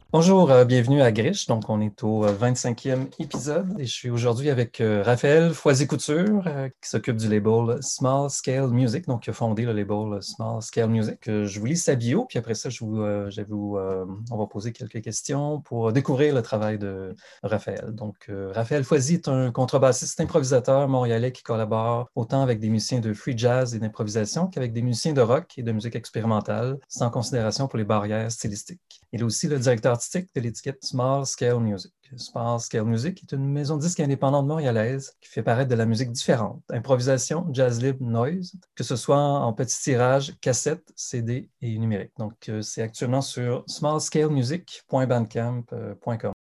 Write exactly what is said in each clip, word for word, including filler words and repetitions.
Bonjour, euh, bienvenue à Griche. Donc, on est au euh, vingt-cinquième épisode et je suis aujourd'hui avec euh, Raphaël Foisy-Couture euh, qui s'occupe du label Small Scale Music, donc qui a fondé le label Small Scale Music. Euh, je vous lis sa bio, puis après ça, je vous, euh, je vais vous, euh, on va poser quelques questions pour découvrir le travail de Raphaël. Donc, euh, Raphaël Foisy est un contrebassiste improvisateur montréalais qui collabore autant avec des musiciens de free jazz et d'improvisation qu'avec des musiciens de rock et de musique expérimentale, sans considération pour les barrières stylistiques. Il est aussi le directeur artistique de l'étiquette Small Scale Music. Small Scale Music est une maison de disques indépendante montréalaise qui fait paraître de la musique différente, improvisation, jazz libre, noise, que ce soit en petit tirage, cassette, C D et numérique. Donc, euh, c'est actuellement sur small scale music point bandcamp point com.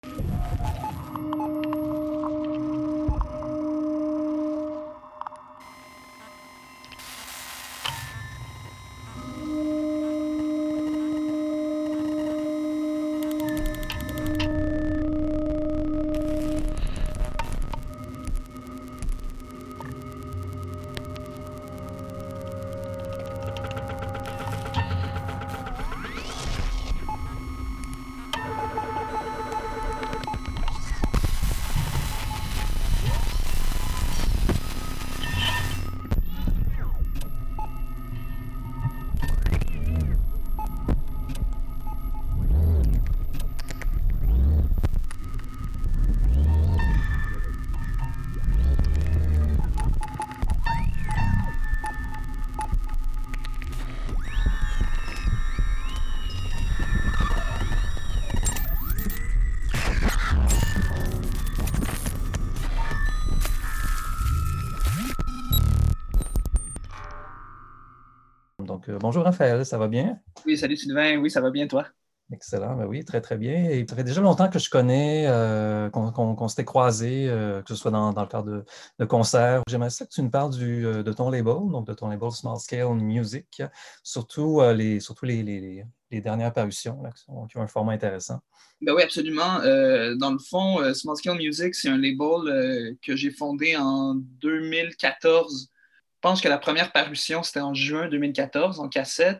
Donc, euh, bonjour Raphaël, ça va bien? Oui, salut Sylvain. Oui, ça va bien, toi? Excellent, ben oui, très très bien. Et ça fait déjà longtemps que je connais, euh, qu'on qu'on- qu'on s'était croisés, euh, que ce soit dans, dans le cadre de, de concerts. J'aimerais ça que tu me parles du, euh, de ton label, donc de ton label Small Scale Music, surtout, euh, les, surtout les, les- les dernières parutions là, qui, sont- qui ont un format intéressant. Ben oui, absolument. Euh, dans le fond, euh, Small Scale Music, c'est un label euh, que j'ai fondé en deux mille quatorze. Je pense que la première parution, c'était en juin deux mille quatorze, en cassette.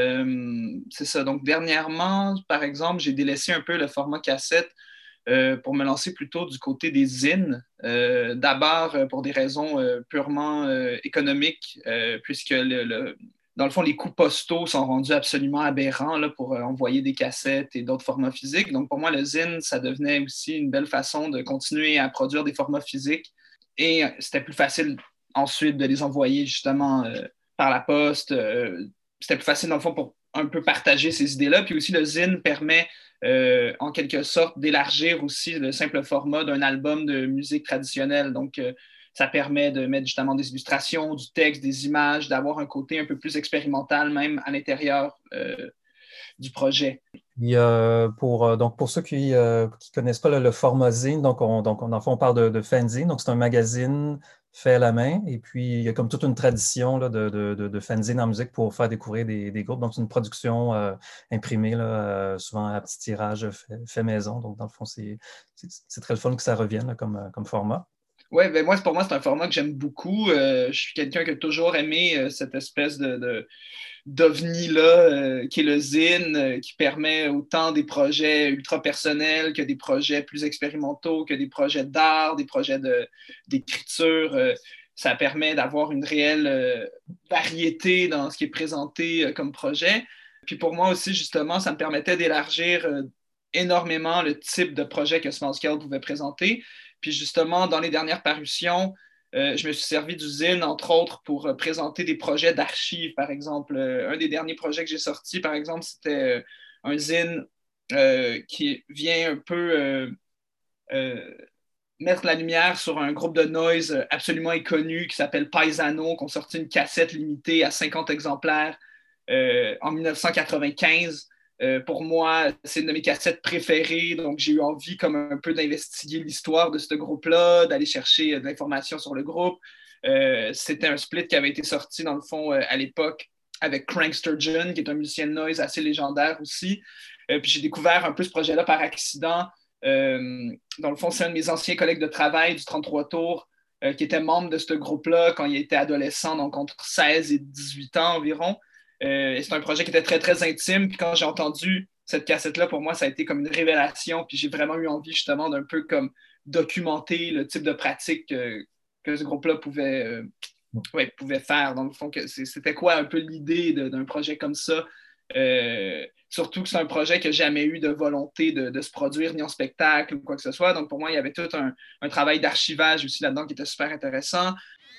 Euh, c'est ça. Donc, dernièrement, par exemple, j'ai délaissé un peu le format cassette euh, pour me lancer plutôt du côté des zines. Euh, d'abord, euh, pour des raisons euh, purement euh, économiques, euh, puisque le, le- dans le fond, les coûts postaux sont rendus absolument aberrants là, pour euh, envoyer des cassettes et d'autres formats physiques. Donc, pour moi, le zine, ça devenait aussi une belle façon de continuer à produire des formats physiques. Et euh, c'était plus facile ensuite de les envoyer justement euh, par la poste. Euh, c'était plus facile, dans le fond, pour un peu partager ces idées-là. Puis aussi, le zine permet euh, en quelque sorte d'élargir aussi le simple format d'un album de musique traditionnelle. Donc, euh, ça permet de mettre justement des illustrations, du texte, des images, d'avoir un côté un peu plus expérimental même à l'intérieur euh, du projet. Puis, euh, pour, euh, donc pour ceux qui ne connaissent pas le, le format zine, donc on, donc on, en fait, on parle de, de fanzine, donc c'est un magazine fait à la main, et puis il y a comme toute une tradition là, de, de, de, de fanzine en musique pour faire découvrir des, des groupes. Donc c'est une production euh, imprimée, là, euh, souvent à petit tirage fait, fait maison. Donc dans le fond, c'est c'est- c'est très le fun que ça revienne là, comme, euh, comme format. Ouais, ben moi, pour moi, c'est un format que j'aime beaucoup. Euh, je suis quelqu'un qui a toujours aimé euh, cette espèce de, de, d'ovni-là, euh, qui est le zine, euh, qui permet autant des projets ultra personnels que des projets plus expérimentaux, que des projets d'art, des projets de, d'écriture. Euh, ça permet d'avoir une réelle euh, variété dans ce qui est présenté euh, comme projet. Puis pour moi aussi, justement, ça me permettait d'élargir euh, énormément le type de projet que Small Scale pouvait présenter. Puis justement, dans les dernières parutions, euh, je me suis servi du zine, entre autres, pour euh, présenter des projets d'archives, par exemple. Euh, un des derniers projets que j'ai sorti, par exemple, c'était euh, un zine euh, qui vient un peu euh, euh, mettre la lumière sur un groupe de noise absolument inconnu qui s'appelle Paisano, qui ont sorti une cassette limitée à cinquante exemplaires euh, en mille neuf cent quatre-vingt-quinze. Euh, pour moi, c'est une de mes cassettes préférées, donc j'ai eu envie comme un peu d'investiguer l'histoire de ce groupe-là, d'aller chercher euh, de l'information sur le groupe. Euh, c'était un split qui avait été sorti dans le fond euh, à l'époque avec Crank Sturgeon, qui est un musicien de noise assez légendaire aussi. Euh, puis j'ai découvert un peu ce projet-là par accident. Euh, dans le fond, c'est un de mes anciens collègues de travail du trente-trois tours euh, qui était membre de ce groupe-là quand il était adolescent, donc entre seize et dix-huit ans environ. Euh, c'est un projet qui était très, très intime. Puis quand j'ai entendu cette cassette-là, pour moi, ça a été comme une révélation. Puis j'ai vraiment eu envie justement d'un peu comme documenter le type de pratique que, que ce groupe-là pouvait, euh, ouais, pouvait faire. Dans le fond, que c'était quoi un peu l'idée d'un projet comme ça? Euh, surtout que c'est un projet qui n'a jamais eu de volonté de, de, se produire ni en spectacle ou quoi que ce soit. Donc pour moi, il y avait tout un, un travail d'archivage aussi là-dedans qui était super intéressant.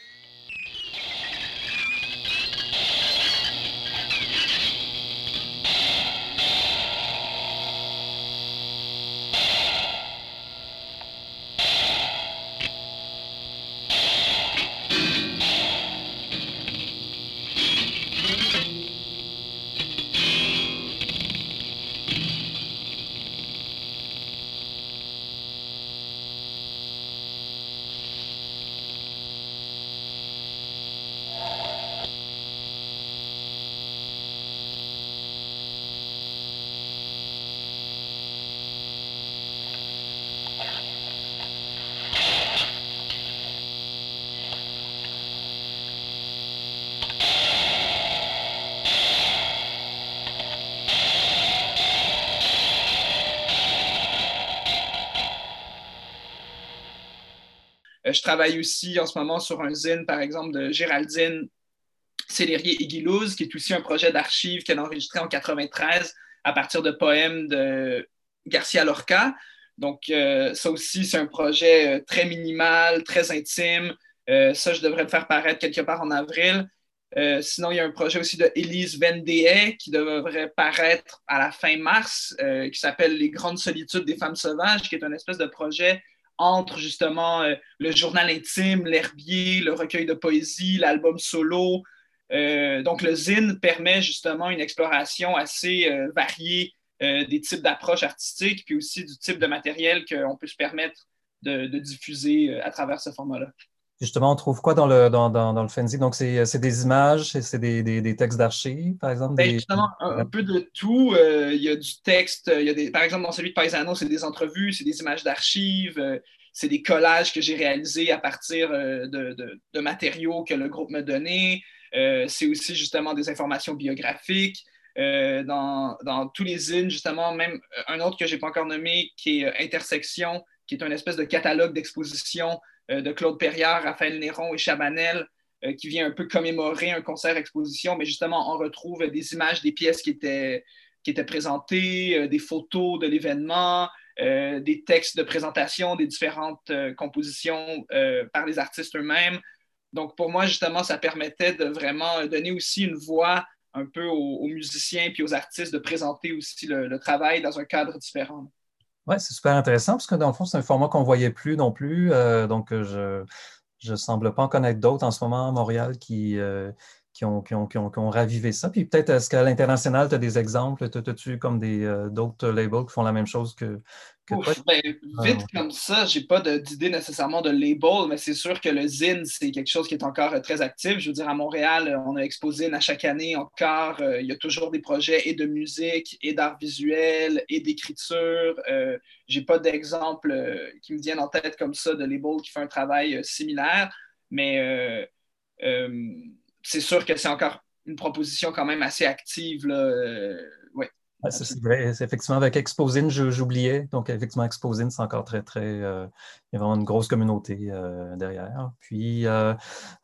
Je travaille aussi en ce moment sur un zine, par exemple, de Géraldine Célérier et Guilouze, qui est aussi un projet d'archives qu'elle a enregistré en quatre-vingt-treize à partir de poèmes de Garcia Lorca. Donc, euh, ça aussi, c'est un projet très minimal, très intime. Euh, ça, je devrais le faire paraître quelque part en avril. Euh, sinon, il y a un projet aussi de Élise Vendehay qui devrait paraître à la fin mars, euh, qui s'appelle Les Grandes Solitudes des Femmes Sauvages, qui est un espèce de projet entre justement euh, le journal intime, l'herbier, le recueil de poésie, l'album solo. Euh, donc, le zine permet justement une exploration assez euh, variée euh, des types d'approches artistiques, puis aussi du type de matériel qu'on peut se permettre de, de diffuser euh, à travers ce format-là. Justement, on trouve quoi dans le, dans, dans, dans le fanzine? Donc, c'est des images, c'est des, des, des textes d'archives, par exemple? Ben Des... justement, un, un peu de tout. Euh, il y a du texte, il y a des, par exemple, dans celui de Paisano, c'est des entrevues, c'est des images d'archives, euh, c'est des collages que j'ai réalisés à partir euh, de, de, de, matériaux que le groupe m'a donnés. Euh, c'est aussi justement des informations biographiques. Euh, dans, dans tous les zines, justement, même un autre que je n'ai pas encore nommé, qui est Intersection, qui est une espèce de catalogue d'exposition euh, de Claude Perriard, Raphaël Néron et Chabanel, euh, qui vient un peu commémorer un concert-exposition, mais justement, on retrouve des images des pièces qui étaient, qui étaient présentées, euh, des photos de l'événement, euh, des textes de présentation des différentes euh, compositions euh, par les artistes eux-mêmes. Donc, pour moi, justement, ça permettait de vraiment donner aussi une voix un peu aux, aux musiciens puis aux artistes de présenter aussi le, le travail dans un cadre différent. Oui, c'est super intéressant parce que dans le fond, c'est un format qu'on ne voyait plus non plus. Euh, donc, je ne semble pas en connaître d'autres en ce moment à Montréal qui, euh, qui, ont, qui, ont, qui, ont, qui ont ravivé ça. Puis peut-être, est-ce qu'à l'international, tu as des exemples? As-tu comme des, euh, d'autres labels qui font la même chose que, que toi? Ouf, ben, vite euh, comme ça, j'ai pas d'idée nécessairement de label, mais c'est sûr que le zine, c'est quelque chose qui est encore euh, très actif. Je veux dire, à Montréal, on a Exposine à chaque année encore. Euh, il y a toujours des projets et de musique, et d'art visuel, et d'écriture. Euh, j'ai pas d'exemple euh, qui me viennent en tête comme ça de label qui fait un travail euh, similaire, mais euh, euh, c'est sûr que c'est encore une proposition quand même assez active, là. Euh, ouais. Ouais, c'est vrai. Effectivement, avec Exposine, j'oubliais. Donc, effectivement, Exposine, c'est encore très, très. Euh, il y a vraiment une grosse communauté euh, derrière. Puis, euh,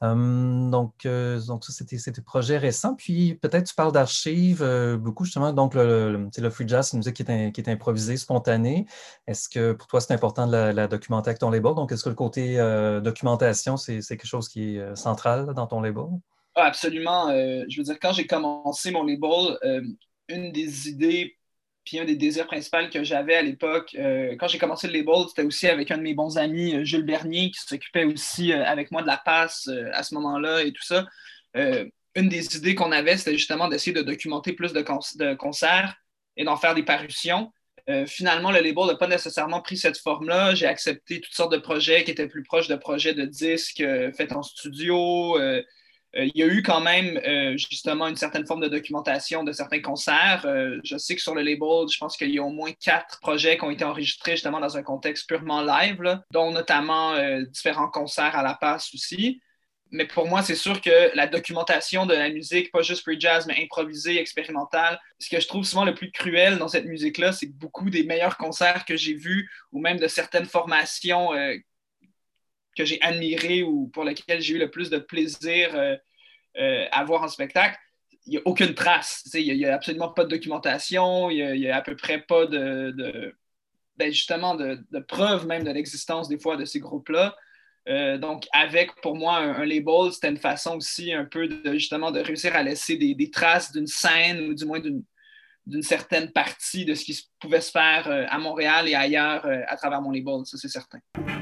euh, donc, euh, donc, ça, c'était des projets récents. Puis, peut-être tu parles d'archives euh, beaucoup, justement. Donc, le, le, le free jazz, c'est une musique qui est, in, qui est improvisée, spontanée. Est-ce que pour toi, c'est important de la, la documenter avec ton label? Donc, est-ce que le côté euh, documentation, c'est quelque chose qui est central là, dans ton label? Ah, absolument. Euh, je veux dire, quand j'ai commencé mon label, euh, une des idées puis un des désirs principaux que j'avais à l'époque, euh, quand j'ai commencé le label, c'était aussi avec un de mes bons amis, euh, Jules Bernier, qui s'occupait aussi euh, avec moi de la passe euh, à ce moment-là et tout ça. Euh, une des idées qu'on avait, c'était justement d'essayer de documenter plus de, con de concerts et d'en faire des parutions. Euh, finalement, le label n'a pas nécessairement pris cette forme-là. J'ai accepté toutes sortes de projets qui étaient plus proches de projets de disques euh, faits en studio. Euh, euh, il y a eu quand même euh, justement une certaine forme de documentation de certains concerts. Euh, je sais que sur le label, je pense qu'il y a au moins quatre projets qui ont été enregistrés justement dans un contexte purement live, là, dont notamment euh, différents concerts à la passe aussi. mais pour moi, c'est sûr que la documentation de la musique, pas juste free jazz, mais improvisée, expérimentale, ce que je trouve souvent le plus cruel dans cette musique-là, c'est que beaucoup des meilleurs concerts que j'ai vus, ou même de certaines formations euh, que j'ai admirées ou pour lesquelles j'ai eu le plus de plaisir euh, euh, à voir en spectacle, il n'y a aucune trace. Il n'y a, a, absolument pas de documentation, il n'y a, a, à peu près pas de, de ben justement de, de preuves même de l'existence des fois de ces groupes-là. Euh, donc, avec pour moi un, un label, c'était une façon aussi un peu de justement de réussir à laisser des, des traces d'une scène ou du moins d'une, d'une certaine partie de ce qui pouvait se faire euh, à Montréal et ailleurs euh, à travers mon label, ça c'est certain.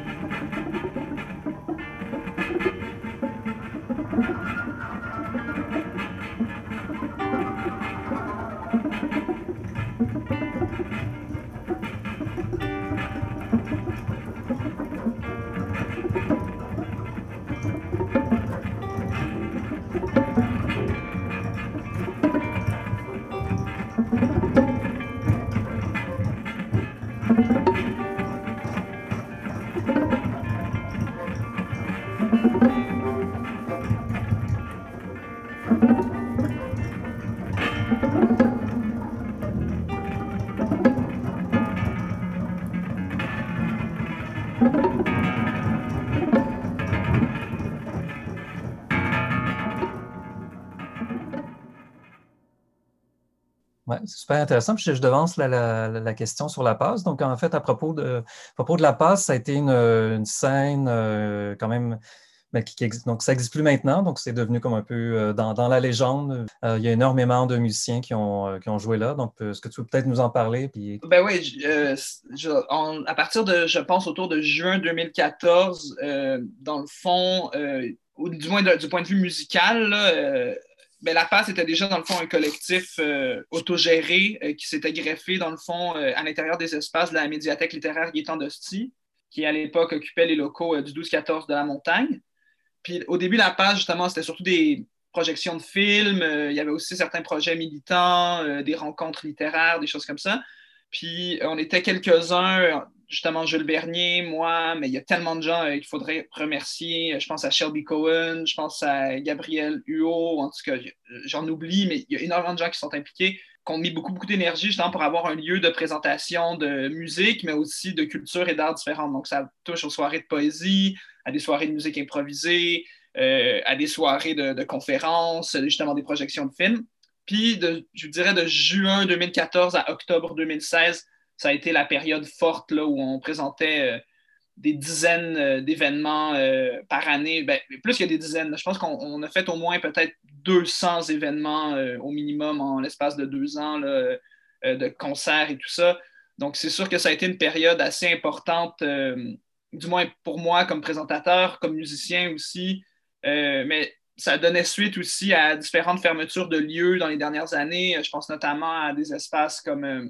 Oui, c'est super intéressant. Puis je, je devance la, la, la, question sur la passe. Donc, en fait, à propos de, à propos de la passe, ça a été une, une scène euh, quand même mais qui, qui existe. Donc, ça n'existe plus maintenant. Donc, c'est devenu comme un peu euh, dans, dans la légende. Euh, il y a énormément de musiciens qui ont, euh, qui ont joué là. Donc, est-ce que tu peux peut-être nous en parler? Puis... Ben oui, euh, je, en, à partir de, je pense, autour de juin deux mille quatorze, euh, dans le fond, euh, ou du moins de, du point de vue musical, là, euh, ben, La Passe était déjà, dans le fond, un collectif euh, autogéré euh, qui s'était greffé, dans le fond, euh, à l'intérieur des espaces de la médiathèque littéraire Gaétan d'Hostie, qui, à l'époque, occupait les locaux euh, du douze quatorze de la Montagne. Puis, au début, La Passe, justement, c'était surtout des projections de films. Euh, il y avait aussi certains projets militants, euh, des rencontres littéraires, des choses comme ça. Puis, euh, on était quelques-uns, justement, Jules Bernier, moi, mais il y a tellement de gens euh, qu'il faudrait remercier. Je pense à Shelby Cohen, je pense à Gabriel Huot, en tout cas, j'en oublie, mais il y a énormément de gens qui sont impliqués, qui ont mis beaucoup, beaucoup d'énergie, justement, pour avoir un lieu de présentation de musique, mais aussi de culture et d'art différentes. Donc, ça touche aux soirées de poésie, à des soirées de musique improvisée, euh, à des soirées de, de conférences, justement, des projections de films. Puis, de, je dirais de juin deux mille quatorze à octobre deux mille seize, ça a été la période forte là, où on présentait euh, des dizaines euh, d'événements euh, par année. Ben, plus que des dizaines. Je pense qu'on a fait au moins peut-être deux cents événements euh, au minimum en l'espace de deux ans là, euh, de concerts et tout ça. Donc, c'est sûr que ça a été une période assez importante, euh, du moins pour moi comme présentateur, comme musicien aussi. Euh, mais ça donnait suite aussi à différentes fermetures de lieux dans les dernières années. Je pense notamment à des espaces comme euh,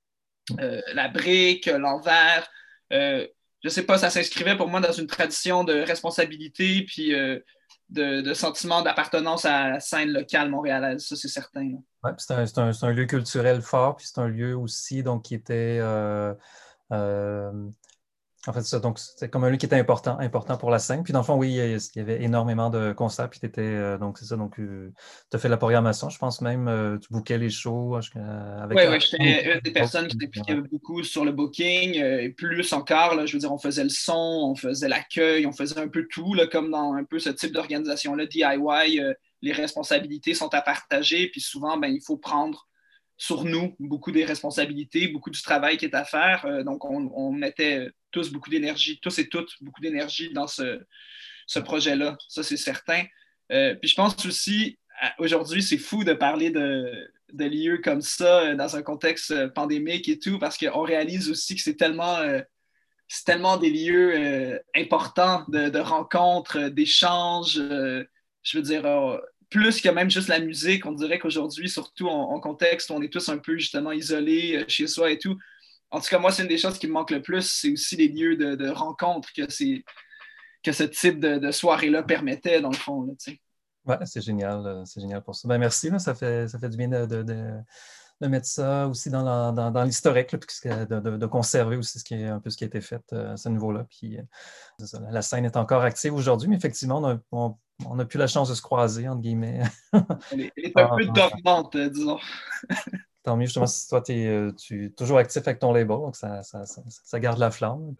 euh, la Brique, l'Envers. Euh, je ne sais pas, ça s'inscrivait pour moi dans une tradition de responsabilité puis euh, de, de sentiment d'appartenance à la scène locale montréalaise. Ça, c'est certain. Oui, c'est un, c'est un, c'est un lieu culturel fort, puis c'est un lieu aussi donc, qui était... Euh, euh, En fait, ça, donc c'était comme un lieu qui était important, important pour la scène. Puis dans le fond, oui, il y avait énormément de concerts. Puis tu étais, euh, donc c'est ça, donc euh, tu as fait la programmation. Je pense même, euh, tu bookais les shows euh, avec. Oui, oui, j'étais une des personnes qui s'impliquait beaucoup sur le booking, euh, et plus encore, là, je veux dire, on faisait le son, on faisait l'accueil, on faisait un peu tout, là, comme dans un peu ce type d'organisation-là, D I Y, euh, les responsabilités sont à partager, puis souvent, ben, il faut prendre sur nous beaucoup des responsabilités, beaucoup du travail qui est à faire. Euh, donc, on, on mettait tous beaucoup d'énergie, tous et toutes beaucoup d'énergie dans ce, ce projet-là. Ça, c'est certain. Euh, puis je pense aussi, aujourd'hui, c'est fou de parler de, de lieux comme ça euh, dans un contexte pandémique et tout, parce qu'on réalise aussi que c'est tellement, euh, c'est tellement des lieux euh, importants de, de rencontres, d'échanges. Euh, je veux dire, euh, plus que même juste la musique, on dirait qu'aujourd'hui, surtout en, en, contexte où on est tous un peu justement isolés euh, chez soi et tout. En tout cas, moi, c'est une des choses qui me manque le plus, c'est aussi les lieux de, de rencontres que, c'est, que ce type de, de soirée-là permettait, dans le fond. Là, oui, c'est génial. C'est génial pour ça. Ben, merci. Là, ça, fait, ça fait du bien de, de, de, de mettre ça aussi dans, la, dans, dans l'historique, là, puis de, de, de conserver aussi ce qui est, un peu ce qui a été fait euh, à ce niveau-là. Puis, euh, ça, la scène est encore active aujourd'hui, mais effectivement, on, a, on on n'a plus la chance de se croiser, entre guillemets. Elle est, elle est un Ah, peu dormante, euh, disons. tant mieux, justement, si toi, t'es, euh, tu es toujours actif avec ton label, donc ça, ça, ça, ça garde la flamme.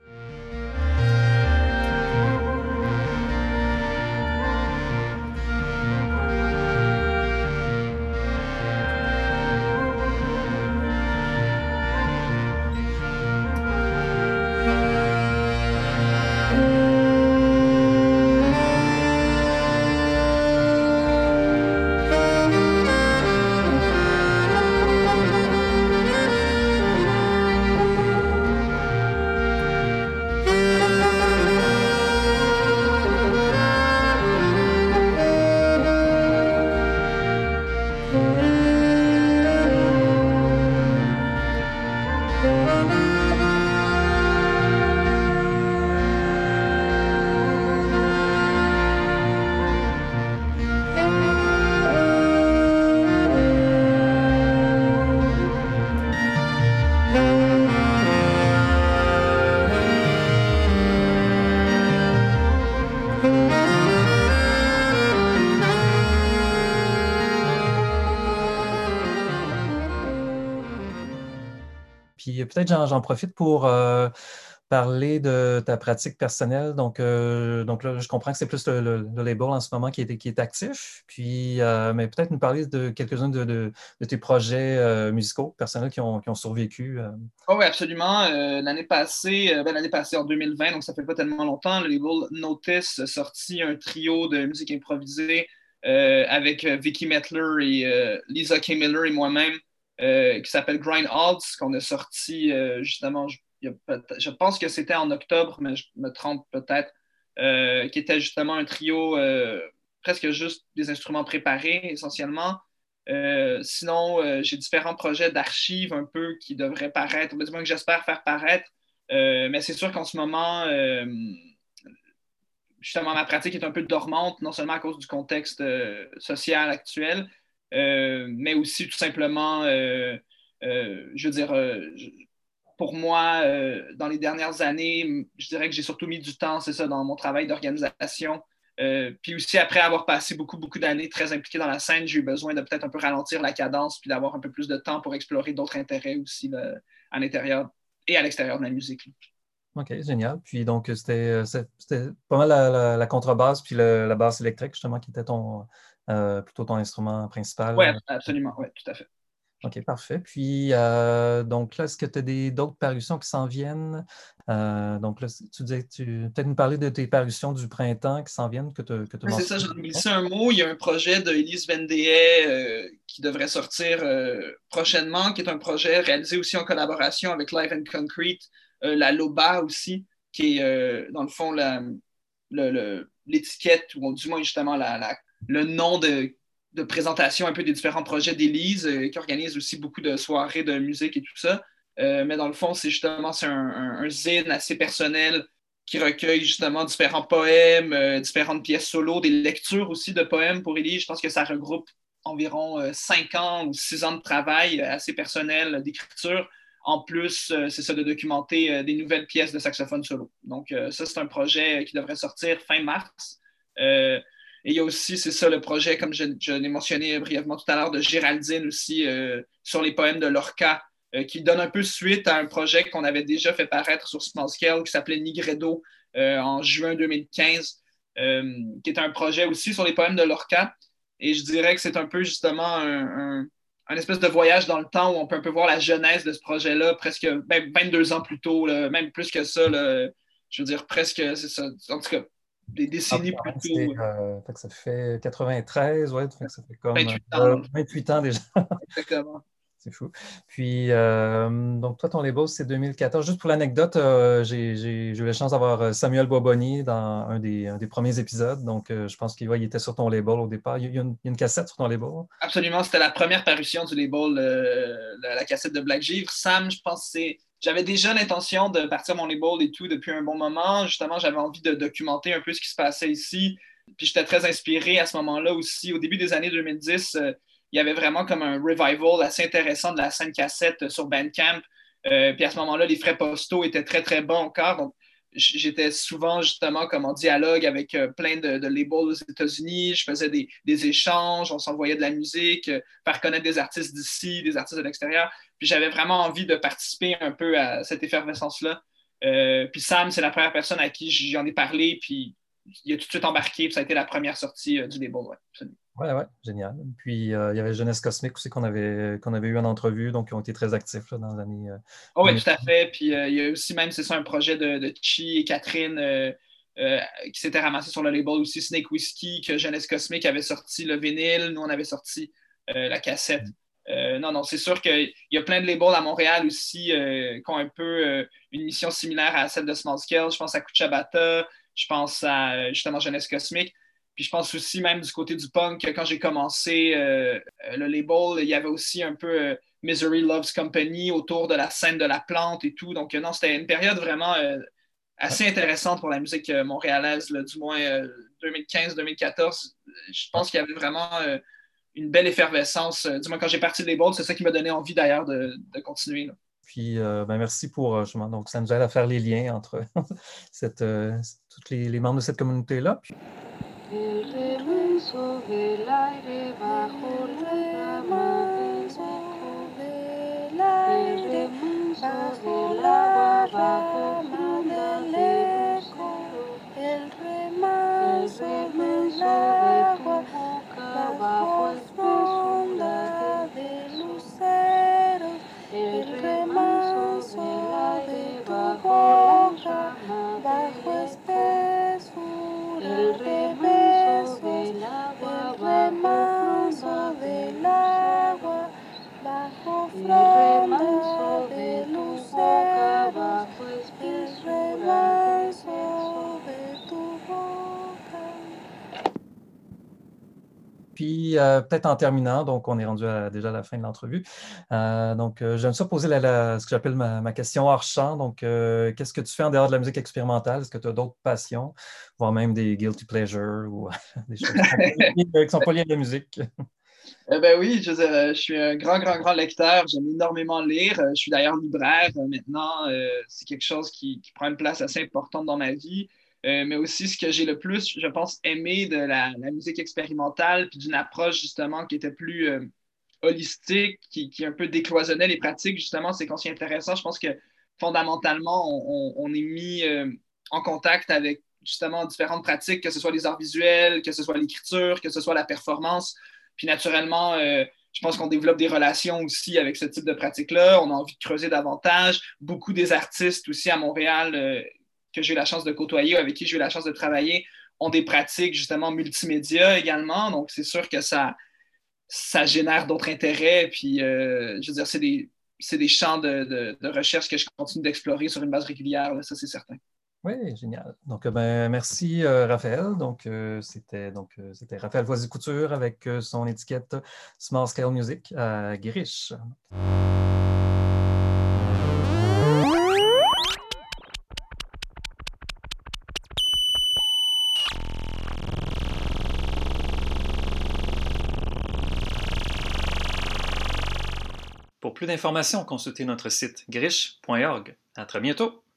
Puis peut-être j'en, j'en profite pour euh, parler de ta pratique personnelle. Donc, euh, donc là, je comprends que c'est plus le, le- le label en ce moment qui est, qui est actif. Puis, euh, mais peut-être nous parler de quelques-uns de, de- de tes projets euh, musicaux personnels qui ont, qui ont survécu. euh. Oh, oui, absolument. Euh, l'année passée, euh, ben, l'année passée en deux mille vingt, donc ça fait pas tellement longtemps, le label Notice a sorti un trio de musique improvisée euh, avec euh, Vicky Mettler et euh, Lisa K. Miller et moi-même euh, qui s'appelle Grind Odds, qu'on a sorti euh, justement, je, il y a peut- je pense que c'était en octobre, mais je me trompe peut-être, euh, qui était justement un trio euh, presque juste des instruments préparés essentiellement. Euh, sinon, euh, j'ai différents projets d'archives un peu qui devraient paraître, ou du moins que j'espère faire paraître. Euh, mais c'est sûr qu'en ce moment, euh, justement, ma pratique est un peu dormante, non seulement à cause du contexte euh, social actuel, euh, mais aussi tout simplement, euh, euh, je veux dire, euh, je- pour moi, euh, dans les dernières années, je dirais que j'ai surtout mis du temps, c'est ça, dans mon travail d'organisation. Euh, puis aussi, après avoir passé beaucoup, beaucoup d'années très impliqué dans la scène, j'ai eu besoin de peut-être un peu ralentir la cadence puis d'avoir un peu plus de temps pour explorer d'autres intérêts aussi là, à l'intérieur et à l'extérieur de la musique. OK, génial. Puis donc, c'était, euh, c'est- c'était pas mal la, la- la contrebasse puis le- la basse électrique, justement, qui était ton, euh, plutôt ton instrument Oui, principal. absolument, oui, tout à fait. OK, parfait. Puis, euh, donc là, est-ce que tu as des, d'autres parutions qui s'en viennent? Euh, donc là, tu disais, tu peut-être nous parler de tes parutions du printemps qui s'en viennent, que tu que tu Ouais, c'est ça, mentionnes. j'en ai glissé un mot. Il y a un projet de Elise Vendehay euh, qui devrait sortir euh, prochainement, qui est un projet réalisé aussi en collaboration avec Live and Concrete, euh, la Loba aussi, qui est euh, dans le fond la, le, le, l'étiquette, ou du moins justement la, la, le nom de, de présentation un peu des différents projets d'Élise, euh, qui organise aussi beaucoup de soirées de musique et tout ça. Euh, mais dans le fond, c'est justement c'est un, un, un zine assez personnel qui recueille justement différents poèmes, euh, différentes pièces solo, des lectures aussi de poèmes pour Élie. Je pense que ça regroupe environ euh, cinq ans ou six ans de travail euh, assez personnel d'écriture. En plus, euh, c'est ça de documenter euh, des nouvelles pièces de saxophone solo. Donc, euh, ça, c'est un projet qui devrait sortir fin mars. Euh, et il y a aussi, c'est ça, le projet, comme je, je l'ai mentionné brièvement tout à l'heure, de Géraldine aussi, euh, sur les poèmes de Lorca, euh, qui donne un peu suite à un projet qu'on avait déjà fait paraître sur Small Scale qui s'appelait Nigredo euh, en juin deux mille quinze, euh, qui est un projet aussi sur les poèmes de Lorca. Et je dirais que c'est un peu justement un, un, un espèce de voyage dans le temps où on peut un peu voir la genèse de ce projet-là, presque ben, vingt-deux ans plus tôt, là, même plus que ça. Là, je veux dire, presque, c'est ça. En tout cas, des Ah, décennies quand plus même, c'est, tôt, euh, fait que ça fait quatre-vingt-treize, ouais, fait que ça fait comme vingt-huit ans euh, dans le fond. vingt-huit ans déjà. Exactement. C'est fou. Puis, euh, donc, toi, ton label, c'est deux mille quatorze. Juste pour l'anecdote, euh, j'ai j'ai- j'ai eu la chance d'avoir euh, Samuel Boisbonnier dans un des, un des premiers épisodes. Donc, euh, je pense qu'il ouais, il était sur ton label au départ. Il y a, il y a une, il y a une cassette sur ton label. Absolument, c'était la première parution du label, euh, la, la cassette de Black Givre. Sam, je pense que c'est. J'avais déjà l'intention de partir mon label et tout depuis un bon moment. Justement, j'avais envie de documenter un peu ce qui se passait ici. Puis j'étais très inspiré à ce moment-là aussi. Au début des années deux mille dix, euh, il y avait vraiment comme un revival assez intéressant de la scène cassette sur Bandcamp. Euh, puis à ce moment-là, les frais postaux étaient très, très bas encore. Donc, j'étais souvent justement comme en dialogue avec euh, plein de, de labels aux États-Unis. Je faisais des, des échanges, on s'envoyait de la musique, euh, faire connaître des artistes d'ici, des artistes de l'extérieur. Puis j'avais vraiment envie de participer un peu à cette effervescence-là. Euh, puis Sam, c'est la première personne à qui j'en ai parlé, puis il a tout de suite embarqué, puis ça a été la première sortie euh, du label. Ouais, absolument. Ouais, ouais, génial. Puis euh, il y avait Jeunesse Cosmique aussi qu'on avait, qu'on avait eu en entrevue, donc ils ont été très actifs là, dans les années. Euh, Oh, oui, deux mille. tout à fait. Puis euh, il y a aussi même, c'est ça, un projet de, de Chi et Catherine euh, euh, qui s'était ramassé sur le label aussi Snake Whiskey, que Jeunesse Cosmique avait sorti le vinyle, nous on avait sorti euh, la cassette. Euh, non, non, c'est sûr qu'il y a plein de labels à Montréal aussi euh, qui ont un peu euh, une mission similaire à celle de Small Scale. Je pense à Kuchabata, je pense à euh, justement Jeunesse Cosmique. Puis je pense aussi même du côté du punk, quand j'ai commencé euh, le label, il y avait aussi un peu euh, Misery Loves Company autour de la scène de la plante et tout. Donc euh, non, c'était une période vraiment euh, assez intéressante pour la musique euh, montréalaise, là, du moins euh, deux mille quinze deux mille quatorze. Je pense qu'il y avait vraiment euh, une belle effervescence. Euh, du moins, quand j'ai parti de label, c'est ça qui m'a donné envie d'ailleurs de, de continuer. Là. Puis, euh, ben, merci pour, euh, justement, donc ça nous aide à faire les liens entre cette, euh, tous les, les membres de cette communauté-là. Puis... El remanso del aire bajo la remanso del aire bajo la rama del eco, el remanso del agua bajo fronda de luceros, el remanso del aire bajo la rama bajo espesura de remanso del agua bajo fronda de luceros, el remanso de tu boca. Puis, euh, peut-être en terminant, donc on est rendu à, déjà à la fin de l'entrevue. Euh, donc, euh, j'aime ça poser la, la, ce que j'appelle ma, ma question hors champ. Donc, euh, qu'est-ce que tu fais en dehors de la musique expérimentale? Est-ce que tu as d'autres passions, voire même des guilty pleasures ou des choses qui ne sont pas liées à la musique? Euh, ben oui, je, veux dire, euh, je suis un grand, grand, grand lecteur. J'aime énormément lire. Euh, je suis d'ailleurs libraire euh, maintenant. Euh, c'est quelque chose qui, qui prend une place assez importante dans ma vie. Euh, mais aussi, ce que j'ai le plus, je pense, aimé de la, la musique expérimentale, puis d'une approche justement qui était plus euh, holistique, qui, qui un peu décloisonnait les pratiques, justement, c'est qu'on s'y intéressant. Je pense que fondamentalement, on, on, on est mis euh, en contact avec justement différentes pratiques, que ce soit les arts visuels, que ce soit l'écriture, que ce soit la performance. Puis naturellement, euh, je pense qu'on développe des relations aussi avec ce type de pratique-là. On a envie de creuser davantage. Beaucoup des artistes aussi à Montréal euh, que j'ai eu la chance de côtoyer, avec qui j'ai eu la chance de travailler, ont des pratiques justement multimédia également. Donc, c'est sûr que ça, ça génère d'autres intérêts. Puis, euh, je veux dire, c'est des, c'est des champs de, de, de recherche que je continue d'explorer sur une base régulière. Là, ça, c'est certain. Oui, génial. Donc, ben, merci euh, Raphaël. Donc, euh, c'était, donc euh, c'était Raphaël Foisy-Couture avec euh, son étiquette Small Scale Music à Guériche. Pour plus d'informations, consultez notre site griche point org. À très bientôt!